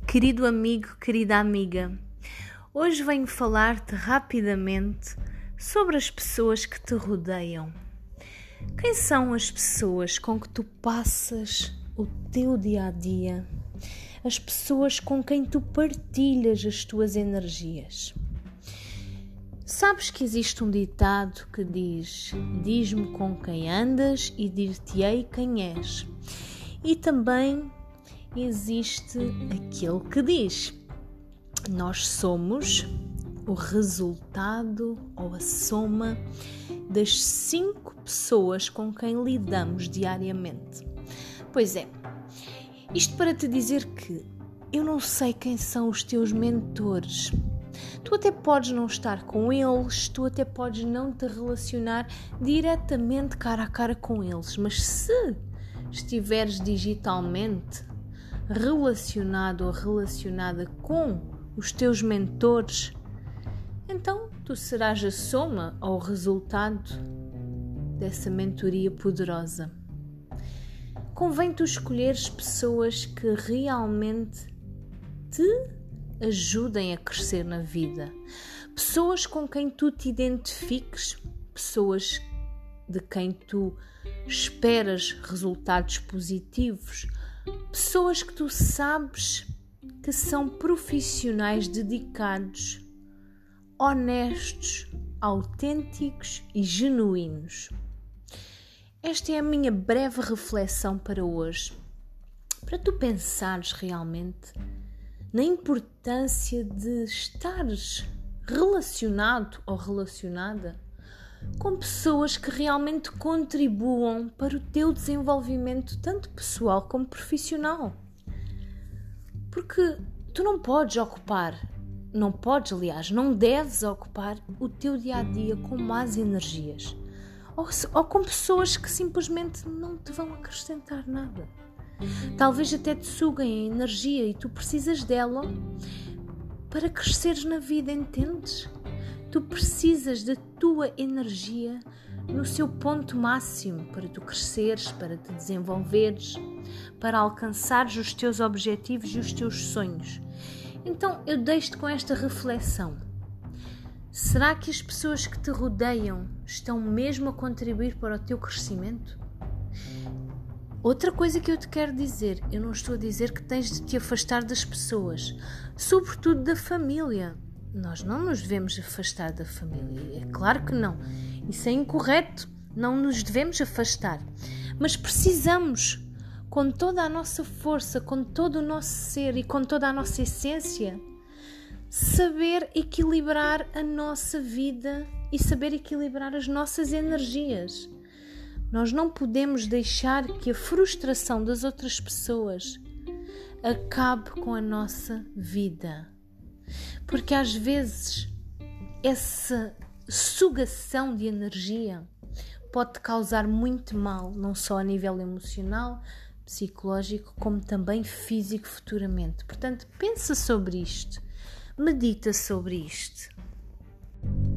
Querido amigo, querida amiga, hoje venho falar-te rapidamente sobre as pessoas que te rodeiam. Quem são as pessoas com que tu passas o teu dia-a-dia? As pessoas com quem tu partilhas as tuas energias. Sabes que existe um ditado que diz: diz-me com quem andas e dir-te-ei quem és. E também existe aquele que diz: nós somos o resultado ou a soma das 5 pessoas com quem lidamos diariamente. Pois é, isto para te dizer que eu não sei quem são os teus mentores. Tu até podes não estar com eles, tu até podes não te relacionar diretamente cara a cara com eles, mas se estiveres digitalmente relacionado ou relacionada com os teus mentores, então tu serás a soma ou o resultado dessa mentoria poderosa. Convém tu escolheres pessoas que realmente te ajudem a crescer na vida, pessoas com quem tu te identifiques, pessoas de quem tu esperas resultados positivos, pessoas que tu sabes que são profissionais dedicados, honestos, autênticos e genuínos. Esta é a minha breve reflexão para hoje, para tu pensares realmente na importância de estares relacionado ou relacionada com pessoas que realmente contribuam para o teu desenvolvimento tanto pessoal como profissional. Porque tu não deves ocupar o teu dia-a-dia com más energias ou com pessoas que simplesmente não te vão acrescentar nada. Talvez até te suguem a energia e tu precisas dela para cresceres na vida, entendes? Tu precisas da tua energia no seu ponto máximo para tu cresceres, para te desenvolveres, para alcançares os teus objetivos e os teus sonhos. Então eu deixo-te com esta reflexão. Será que as pessoas que te rodeiam estão mesmo a contribuir para o teu crescimento? Outra coisa que eu te quero dizer, eu não estou a dizer que tens de te afastar das pessoas, sobretudo da família. Nós não nos devemos afastar da família, é claro que não. Isso é incorreto, não nos devemos afastar. Mas precisamos, com toda a nossa força, com todo o nosso ser e com toda a nossa essência, saber equilibrar a nossa vida e saber equilibrar as nossas energias. Nós não podemos deixar que a frustração das outras pessoas acabe com a nossa vida. Porque às vezes essa sugação de energia pode causar muito mal, não só a nível emocional, psicológico, como também físico futuramente. Portanto, pensa sobre isto, medita sobre isto.